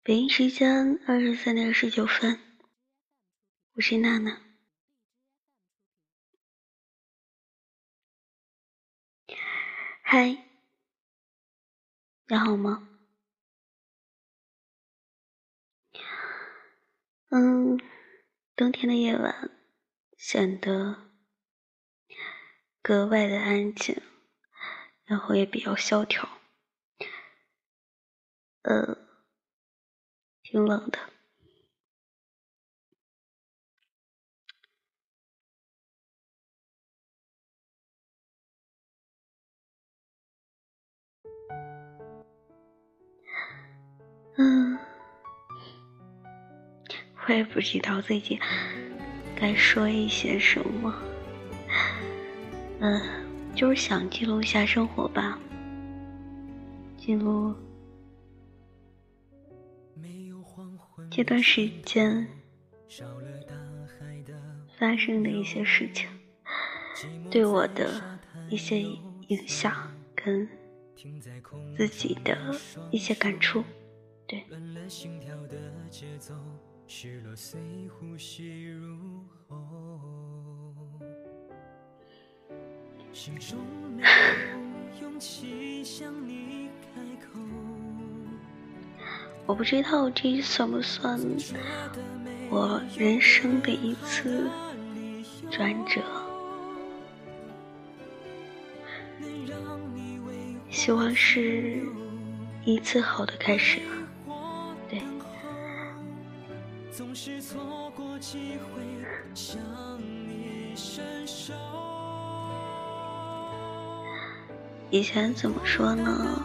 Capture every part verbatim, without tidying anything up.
北京时间二十三点十九分，我是娜娜。嗨，你好吗？嗯，冬天的夜晚显得格外的安静，然后也比较萧条，呃，挺冷的。嗯，我也不知道自己该说一些什么。嗯，就是想记录一下生活吧，记录这段时间发生的一些事情，对我的一些影响跟自己的一些感触。对，心中没有勇气向你开口。我不知道这算不算我人生的一次转折，希望是一次好的开始。对，总是错过机会向你伸手。以前怎么说呢，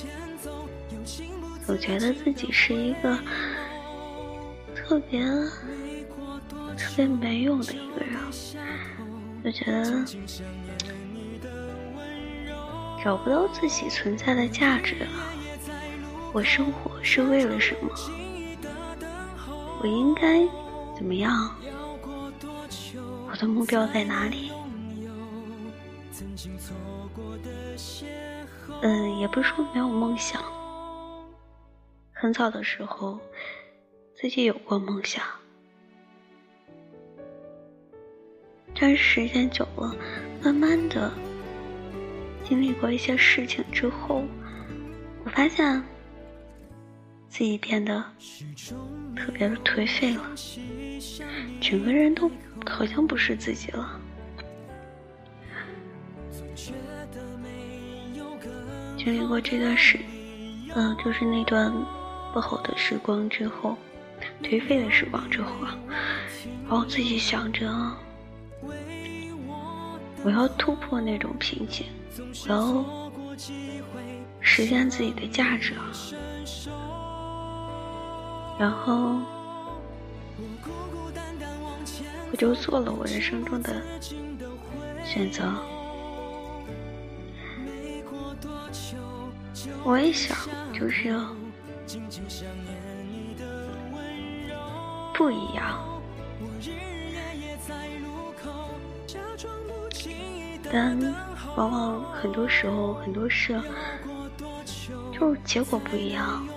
总觉得自己是一个特别特别没用的一个人，就觉得找不到自己存在的价值了。我生活是为了什么？我应该怎么样？我的目标在哪里？嗯，也不是说没有梦想，很早的时候自己有过梦想，但是时间久了，慢慢的经历过一些事情之后，我发现自己变得特别的颓废了，整个人都好像不是自己了。经历过这段时嗯、呃，就是那段不好的时光之后，颓废的时光之后啊，然后自己想着我要突破那种瓶颈，我要实现自己的价值啊，然后我就做了我人生中的选择。我也想就是不一样，但往往很多时候很多事就是结果不一样。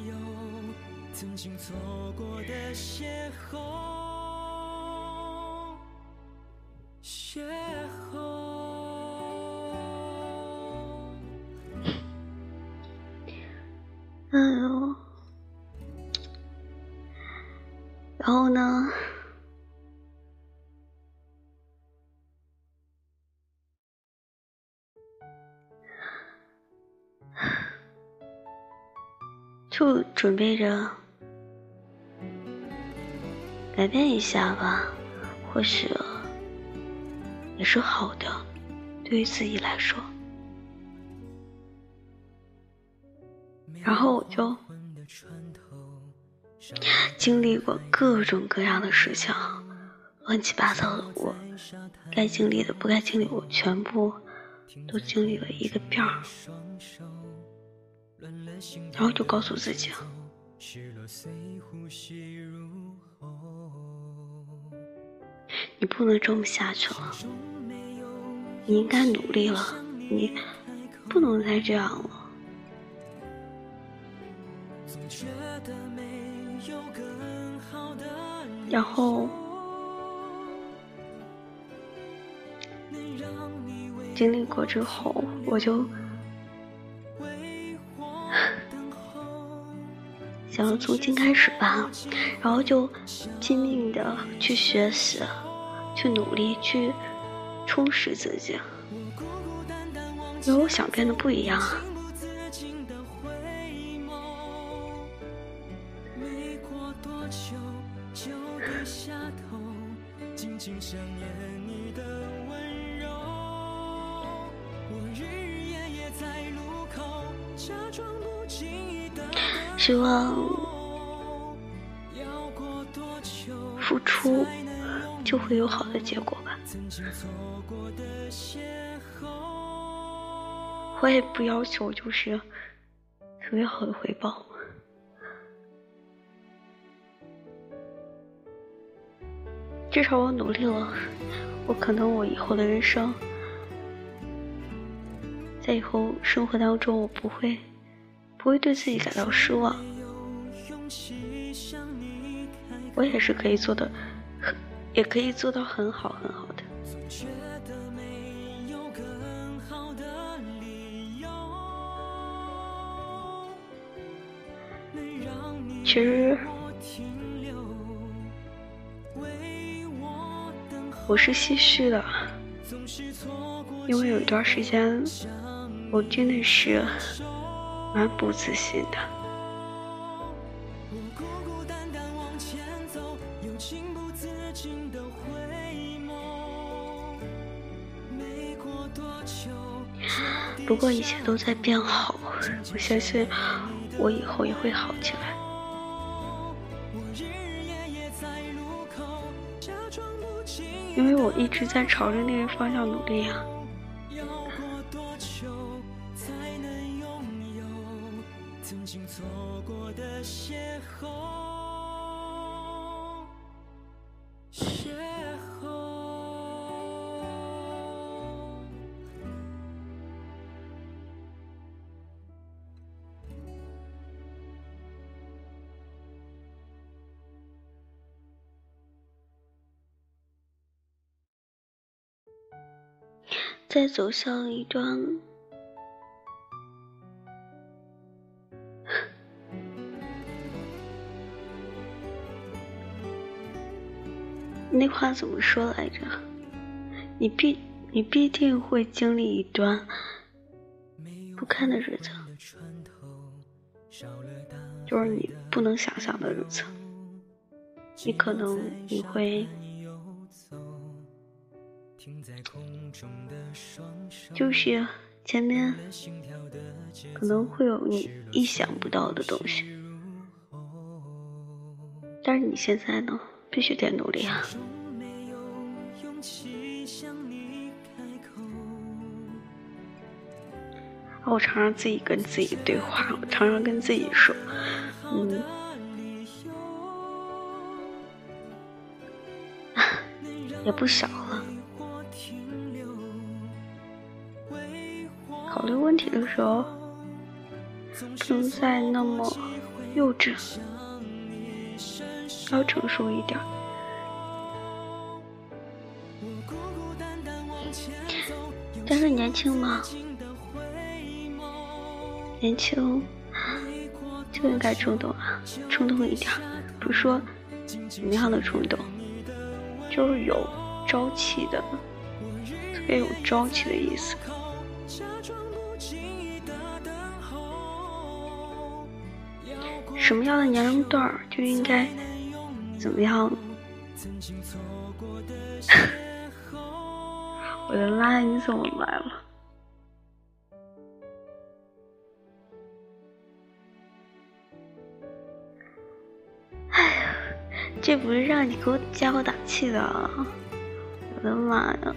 邂逅嗯，然后呢，就准备着改变一下吧，或许也是好的，对于自己来说。然后我就经历过各种各样的事情，乱七八糟的，我该经历的不该经历我全部都经历了一个遍儿，然后就告诉自己你不能这么下去了，你应该努力了，你不能再这样了。 然后经历过之后，我就想要从今开始吧，然后就拼命的去学习，去努力，去充实自己，因为我想变得不一样。希望付出就会有好的结果吧。我也不要求就是特别好的回报，至少我努力了，我可能我以后的人生，在以后生活当中，我不会不会对自己感到失望，我也是可以做的，也可以做到很好很好的。其实我是唏嘘的，因为有一段时间我真的是蛮不自信的。不过一切都在变好，我相信我以后也会好起来。因为我一直在朝着那个方向努力啊。曾经错过的邂逅，邂逅。再走向一段那话怎么说来着？你必你必定会经历一段不堪的日子，就是你不能想象的日子。你可能你会就是前面可能会有你意想不到的东西，但是你现在呢，必须得努力啊！我常常自己跟自己对话，我常常跟自己说，嗯，也不小了。考虑问题的时候，不能再那么幼稚，要成熟一点。但是年轻嘛，年轻就应该冲动啊，冲动一点。不是说怎么样的冲动，就是有朝气的，特别有朝气的意思。什么样的年龄段就应该怎么样？我的妈，你怎么来了？哎呀，这不是让你给我加油打气的啊！我的妈呀！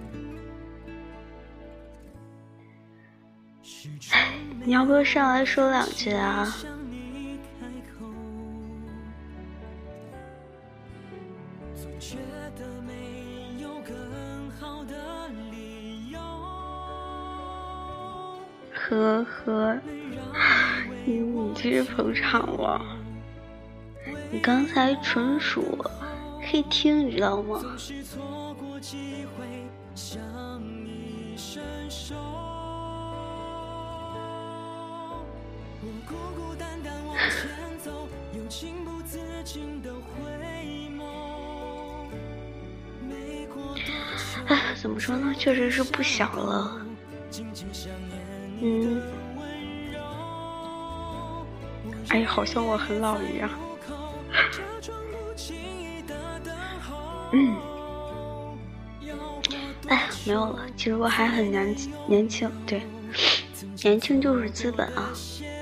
哎，你要不要上来说两句啊？呵呵，你你这是捧场了， 你刚才纯属黑听，你知道吗？哎，怎么说呢？确实是不小了。嗯，哎，好像我很老一样。嗯，哎，没有了。其实我还很年年轻，对，年轻就是资本啊。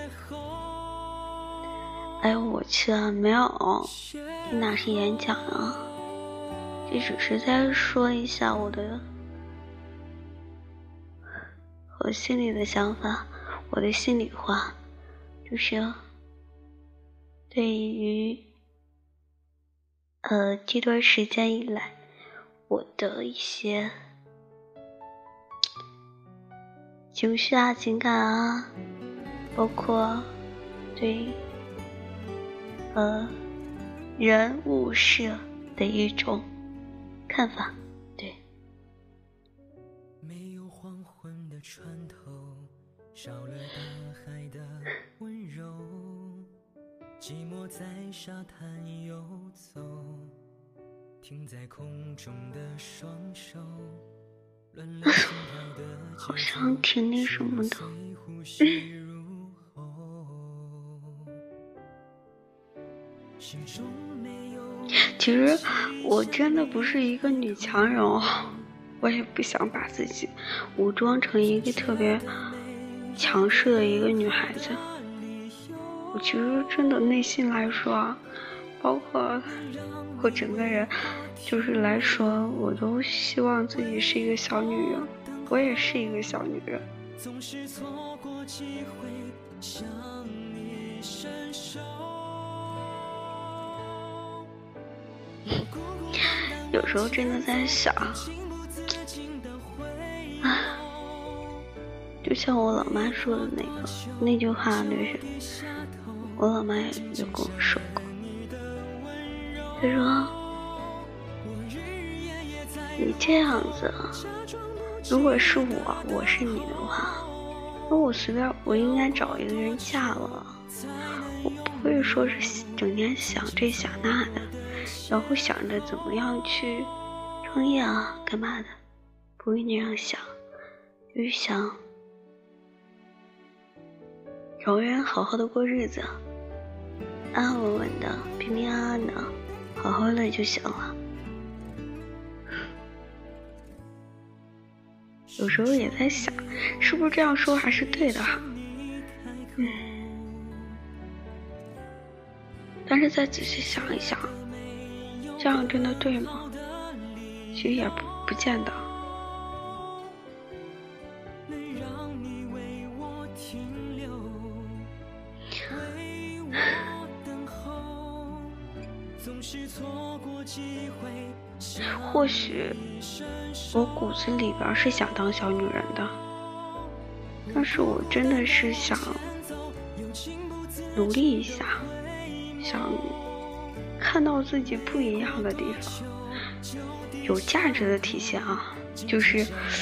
哎呦我去啊！没有，这哪是演讲啊？这只是在说一下我的我心里的想法，我的心里话，就是对于呃这段时间以来我的一些情绪啊、情感啊，包括对呃人物事的一种看法。对， 没有黄昏的船头，少了大海的温柔，寂寞在沙滩游走，停在空中的双手，乱了心跳的节奏， 好像挺那什么的。其实我真的不是一个女强人哦，我也不想把自己武装成一个特别强势的一个女孩子。我其实真的内心来说啊，包括我整个人就是来说，我都希望自己是一个小女人。我也是一个小女人。 总是错过机会向你伸手。 有时候真的在想，啊，就像我老妈说的那个那句话，那是我老妈也就跟我说过，她说你这样子，如果是我，我是你的话，那我随便我应该找一个人嫁了，我不会说是整天想这想那的，然后想着怎么样去创业啊干嘛的，不会那样想，就是想找个人好好的过日子，安安稳稳的，平平安安的，好好的就行了。有时候也在想，是不是这样说还是对的哈？嗯，但是再仔细想一想，这样真的对吗？其实也不不见得。或许我骨子里边是想当小女人的，但是我真的是想努力一下，想看到自己不一样的地方，有价值的体现啊，就是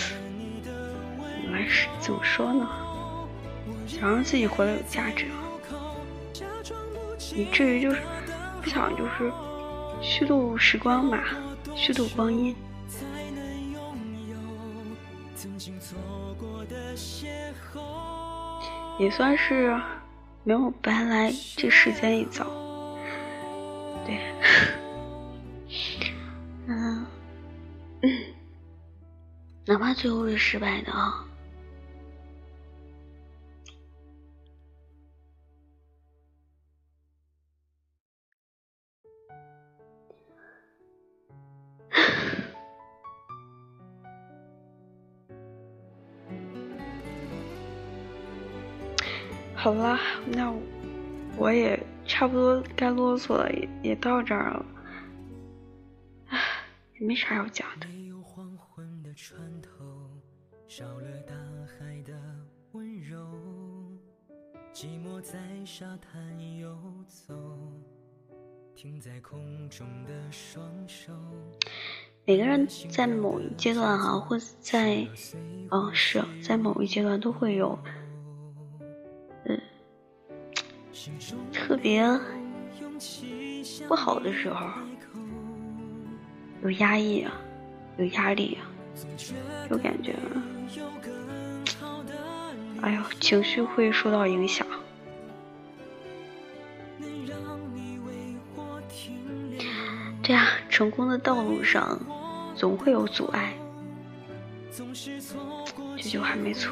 来是怎么说呢，想让自己活得有价值，以至于就是不想就是虚度时光吧，虚度光阴，也算是没有白来这世间一遭。对，嗯嗯，哪怕最后是失败的啊。好了，那我也差不多该啰嗦了，也也到这儿了，唉，也没啥要讲的。 没有黄昏的船头，少了大海的温柔，寂寞在沙滩游走， 停在空中的双手。 每个人在某一阶段哈、啊，或在哦是在某一阶段都会有，嗯，特别不好的时候，有压抑啊，有压力啊，有感觉，哎呦，情绪会受到影响。这样，成功的道路上总会有阻碍，这句话没错。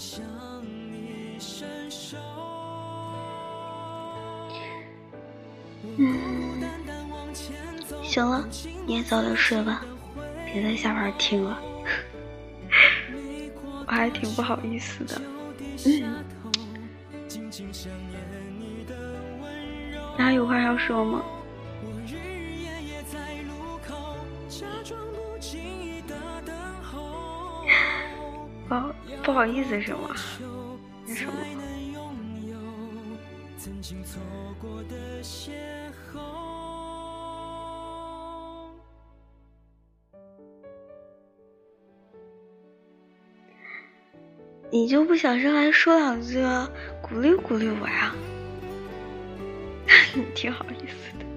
嗯，行了，你也早点睡吧，别在下边听了，我还挺不好意思的。嗯，你还有话要说吗？不不好意思什么？那什么？你就不想上来说两句，鼓励鼓励我呀？你挺好意思的。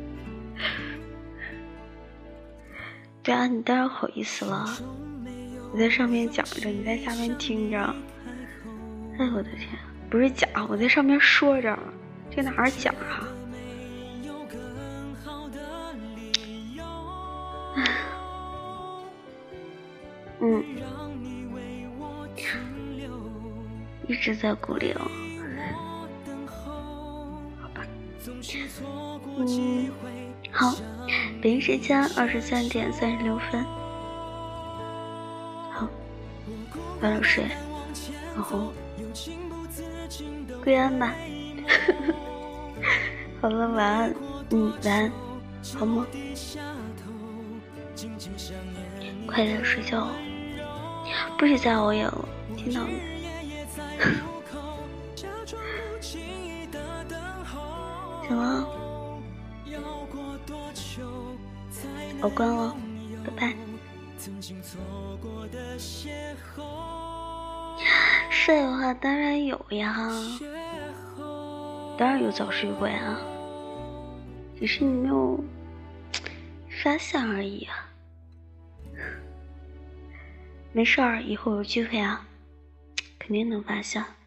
对啊，你当然好意思了。我在上面讲着，你在下面听着。哎我的天，不是讲，我在上面说着，这哪是讲啊？嗯，一直在鼓励我。好吧，嗯，好，北京时间二十三点三十六分。好，早点睡，然后归安吧。好了，晚安。嗯，晚安，好梦。快点睡觉，不许再熬夜了，听到没？行了，我关了，拜拜。睡的话当然有呀，当然有早睡过呀，只是你没有发现而已啊。没事儿，以后有机会啊，肯定能发现。